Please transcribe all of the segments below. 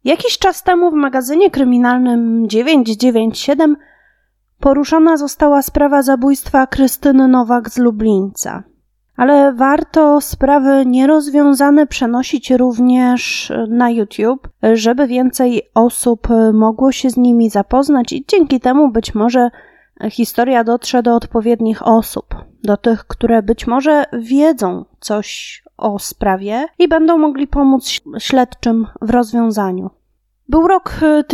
Jakiś czas temu w magazynie kryminalnym 997 poruszona została sprawa zabójstwa Krystyny Nowak z Lublińca. Ale warto sprawy nierozwiązane przenosić również na YouTube, żeby więcej osób mogło się z nimi zapoznać i dzięki temu być może historia dotrze do odpowiednich osób, do tych, które być może wiedzą coś o sprawie i będą mogli pomóc śledczym w rozwiązaniu. Był rok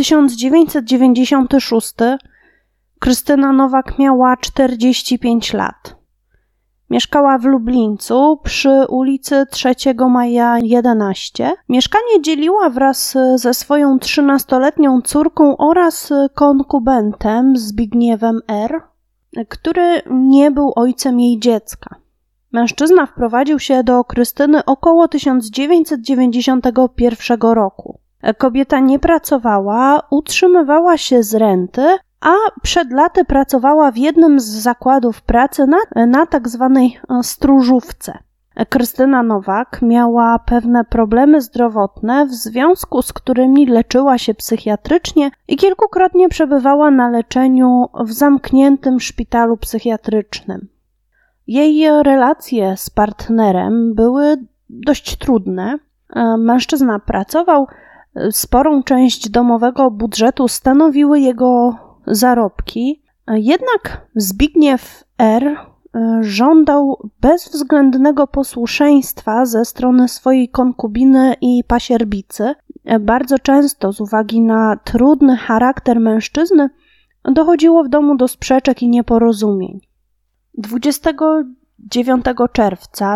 1996. Krystyna Nowak miała 45 lat. Mieszkała w Lublińcu przy ulicy 3 Maja 11. Mieszkanie dzieliła wraz ze swoją 13-letnią córką oraz konkubentem Zbigniewem R., który nie był ojcem jej dziecka. Mężczyzna wprowadził się do Krystyny około 1991 roku. Kobieta nie pracowała, utrzymywała się z renty, a przed laty pracowała w jednym z zakładów pracy na tak zwanej stróżówce. Krystyna Nowak miała pewne problemy zdrowotne, w związku z którymi leczyła się psychiatrycznie i kilkukrotnie przebywała na leczeniu w zamkniętym szpitalu psychiatrycznym. Jej relacje z partnerem były dość trudne. Mężczyzna pracował, sporą część domowego budżetu stanowiły jego zarobki, jednak Zbigniew R. żądał bezwzględnego posłuszeństwa ze strony swojej konkubiny i pasierbicy. Bardzo często z uwagi na trudny charakter mężczyzny dochodziło w domu do sprzeczek i nieporozumień. 29 czerwca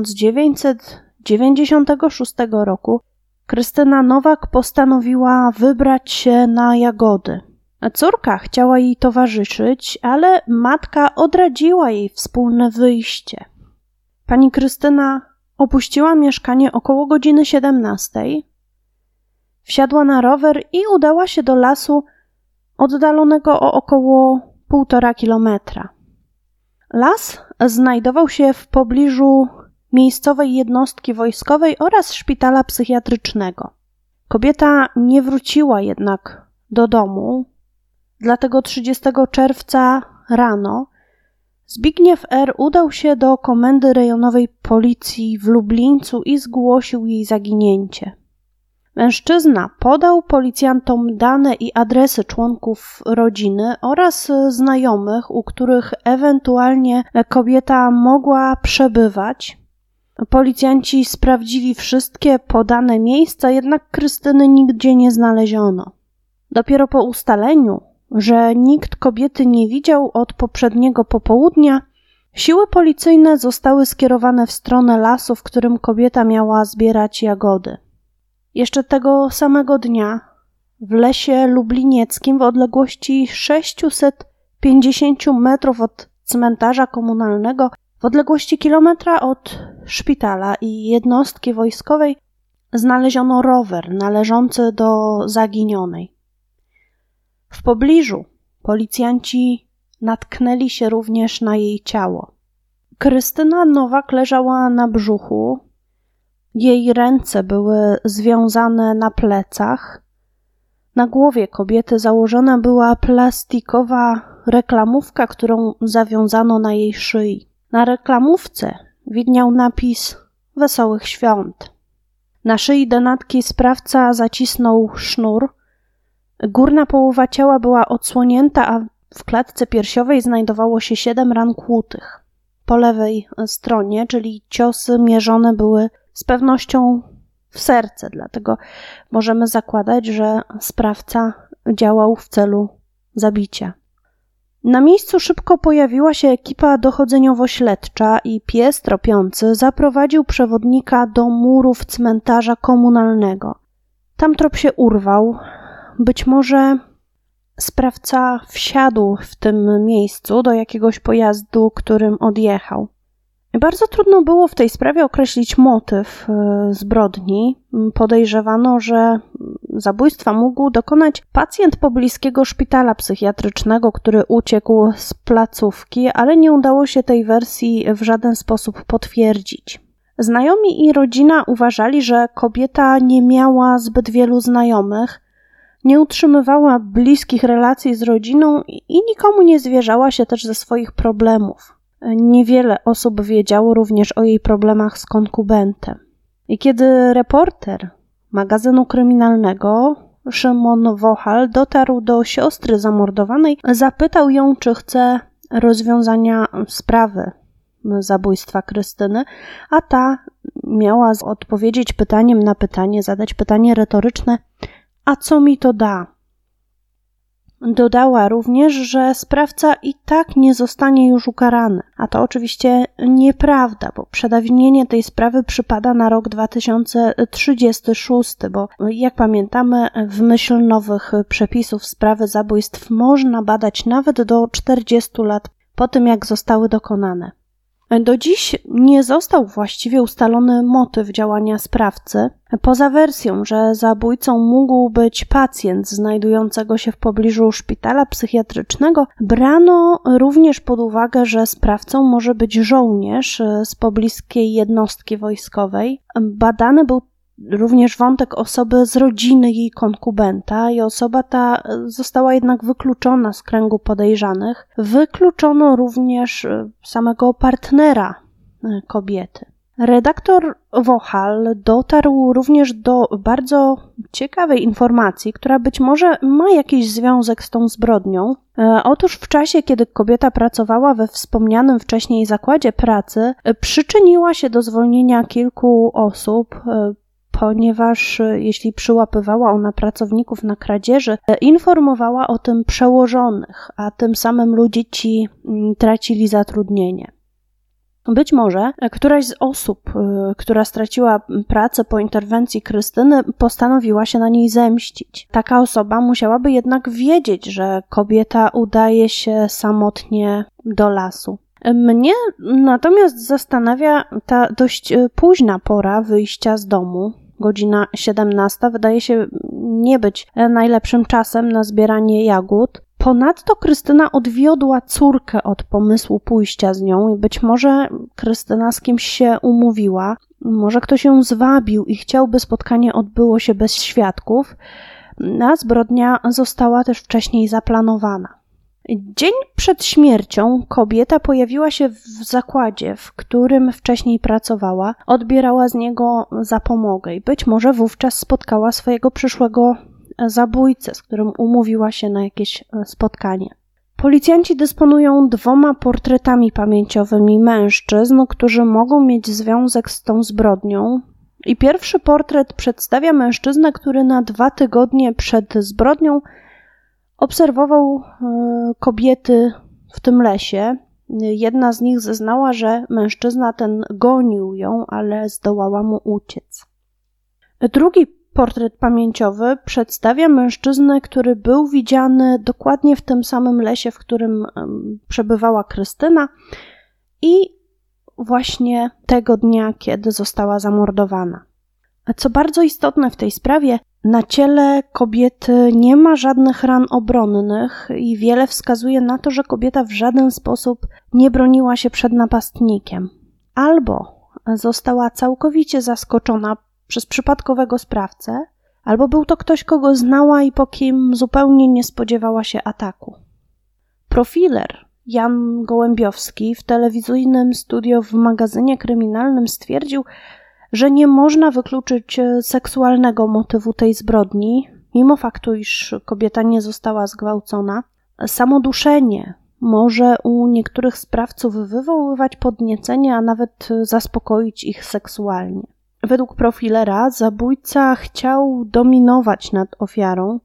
1996 roku Krystyna Nowak postanowiła wybrać się na jagody. Córka chciała jej towarzyszyć, ale matka odradziła jej wspólne wyjście. Pani Krystyna opuściła mieszkanie około godziny 17, wsiadła na rower i udała się do lasu oddalonego o około 1,5 kilometra. Las znajdował się w pobliżu miejscowej jednostki wojskowej oraz szpitala psychiatrycznego. Kobieta nie wróciła jednak do domu, dlatego 30 czerwca rano Zbigniew R. udał się do komendy rejonowej policji w Lublińcu i zgłosił jej zaginięcie. Mężczyzna podał policjantom dane i adresy członków rodziny oraz znajomych, u których ewentualnie kobieta mogła przebywać. Policjanci sprawdzili wszystkie podane miejsca, jednak Krystyny nigdzie nie znaleziono. Dopiero po ustaleniu, że nikt kobiety nie widział od poprzedniego popołudnia, siły policyjne zostały skierowane w stronę lasu, w którym kobieta miała zbierać jagody. Jeszcze tego samego dnia w lesie lublinieckim w odległości 650 metrów od cmentarza komunalnego, w odległości kilometra od szpitala i jednostki wojskowej znaleziono rower należący do zaginionej. W pobliżu policjanci natknęli się również na jej ciało. Krystyna Nowak leżała na brzuchu, jej ręce były związane na plecach, na głowie kobiety założona była plastikowa reklamówka, którą zawiązano na jej szyi. Na reklamówce widniał napis Wesołych Świąt. Na szyi denatki sprawca zacisnął sznur. Górna połowa ciała była odsłonięta, a w klatce piersiowej znajdowało się 7 ran kłutych. Po lewej stronie, czyli ciosy mierzone były z pewnością w serce, dlatego możemy zakładać, że sprawca działał w celu zabicia. Na miejscu szybko pojawiła się ekipa dochodzeniowo-śledcza i pies tropiący zaprowadził przewodnika do murów cmentarza komunalnego. Tam trop się urwał. Być może sprawca wsiadł w tym miejscu do jakiegoś pojazdu, którym odjechał. Bardzo trudno było w tej sprawie określić motyw zbrodni. Podejrzewano, że zabójstwa mógł dokonać pacjent pobliskiego szpitala psychiatrycznego, który uciekł z placówki, ale nie udało się tej wersji w żaden sposób potwierdzić. Znajomi i rodzina uważali, że kobieta nie miała zbyt wielu znajomych, nie utrzymywała bliskich relacji z rodziną i nikomu nie zwierzała się też ze swoich problemów. Niewiele osób wiedziało również o jej problemach z konkubentem. I kiedy reporter magazynu kryminalnego Szymon Wochal dotarł do siostry zamordowanej, zapytał ją, czy chce rozwiązania sprawy zabójstwa Krystyny, a ta miała odpowiedzieć pytaniem na pytanie, zadać pytanie retoryczne: a co mi to da? Dodała również, że sprawca i tak nie zostanie już ukarany, a to oczywiście nieprawda, bo przedawnienie tej sprawy przypada na rok 2036, bo jak pamiętamy, w myśl nowych przepisów sprawy zabójstw można badać nawet do 40 lat po tym, jak zostały dokonane. Do dziś nie został właściwie ustalony motyw działania sprawcy. Poza wersją, że zabójcą mógł być pacjent znajdującego się w pobliżu szpitala psychiatrycznego, brano również pod uwagę, że sprawcą może być żołnierz z pobliskiej jednostki wojskowej. Badany był również wątek osoby z rodziny jej konkubenta i osoba ta została jednak wykluczona z kręgu podejrzanych. Wykluczono również samego partnera kobiety. Redaktor Wochal dotarł również do bardzo ciekawej informacji, która być może ma jakiś związek z tą zbrodnią. Otóż w czasie, kiedy kobieta pracowała we wspomnianym wcześniej zakładzie pracy, przyczyniła się do zwolnienia kilku osób, ponieważ jeśli przyłapywała ona pracowników na kradzieży, informowała o tym przełożonych, a tym samym ludzie ci tracili zatrudnienie. Być może któraś z osób, która straciła pracę po interwencji Krystyny, postanowiła się na niej zemścić. Taka osoba musiałaby jednak wiedzieć, że kobieta udaje się samotnie do lasu. Mnie natomiast zastanawia ta dość późna pora wyjścia z domu. Godzina 17 wydaje się nie być najlepszym czasem na zbieranie jagód. Ponadto Krystyna odwiodła córkę od pomysłu pójścia z nią i być może Krystyna z kimś się umówiła, może ktoś ją zwabił i chciał, by spotkanie odbyło się bez świadków, a zbrodnia została też wcześniej zaplanowana. Dzień przed śmiercią kobieta pojawiła się w zakładzie, w którym wcześniej pracowała, odbierała z niego zapomogę i być może wówczas spotkała swojego przyszłego zabójcę, z którym umówiła się na jakieś spotkanie. Policjanci dysponują 2 portretami pamięciowymi mężczyzn, którzy mogą mieć związek z tą zbrodnią. I pierwszy portret przedstawia mężczyznę, który na 2 tygodnie przed zbrodnią obserwował kobiety w tym lesie. Jedna z nich zeznała, że mężczyzna ten gonił ją, ale zdołała mu uciec. Drugi portret pamięciowy przedstawia mężczyznę, który był widziany dokładnie w tym samym lesie, w którym przebywała Krystyna i właśnie tego dnia, kiedy została zamordowana. Co bardzo istotne w tej sprawie, na ciele kobiety nie ma żadnych ran obronnych i wiele wskazuje na to, że kobieta w żaden sposób nie broniła się przed napastnikiem. Albo została całkowicie zaskoczona przez przypadkowego sprawcę, albo był to ktoś, kogo znała i po kim zupełnie nie spodziewała się ataku. Profiler Jan Gołębiowski w telewizyjnym studio w magazynie kryminalnym stwierdził, że nie można wykluczyć seksualnego motywu tej zbrodni, mimo faktu, iż kobieta nie została zgwałcona. Samoduszenie może u niektórych sprawców wywoływać podniecenie, a nawet zaspokoić ich seksualnie. Według profilera zabójca chciał dominować nad ofiarą,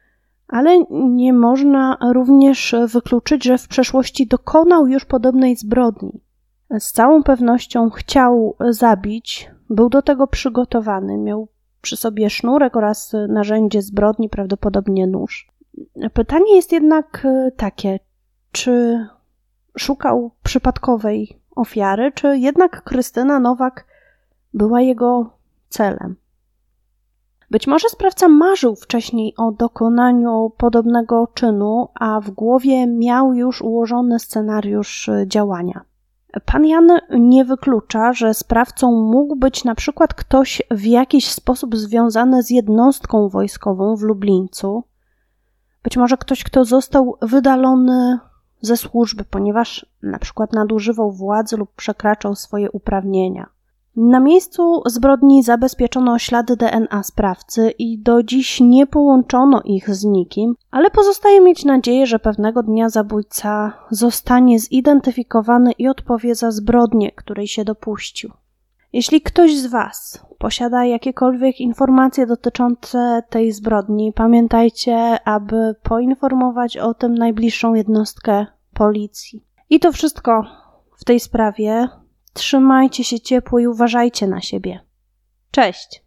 ale nie można również wykluczyć, że w przeszłości dokonał już podobnej zbrodni. Z całą pewnością chciał zabić, był do tego przygotowany, miał przy sobie sznurek oraz narzędzie zbrodni, prawdopodobnie nóż. Pytanie jest jednak takie, czy szukał przypadkowej ofiary, czy jednak Krystyna Nowak była jego celem. Być może sprawca marzył wcześniej o dokonaniu podobnego czynu, a w głowie miał już ułożony scenariusz działania. Pan Jan nie wyklucza, że sprawcą mógł być na przykład ktoś w jakiś sposób związany z jednostką wojskową w Lublińcu. Być może ktoś, kto został wydalony ze służby, ponieważ na przykład nadużywał władzy lub przekraczał swoje uprawnienia. Na miejscu zbrodni zabezpieczono ślady DNA sprawcy i do dziś nie połączono ich z nikim, ale pozostaje mieć nadzieję, że pewnego dnia zabójca zostanie zidentyfikowany i odpowie za zbrodnię, której się dopuścił. Jeśli ktoś z Was posiada jakiekolwiek informacje dotyczące tej zbrodni, pamiętajcie, aby poinformować o tym najbliższą jednostkę policji. I to wszystko w tej sprawie. Trzymajcie się ciepło i uważajcie na siebie. Cześć!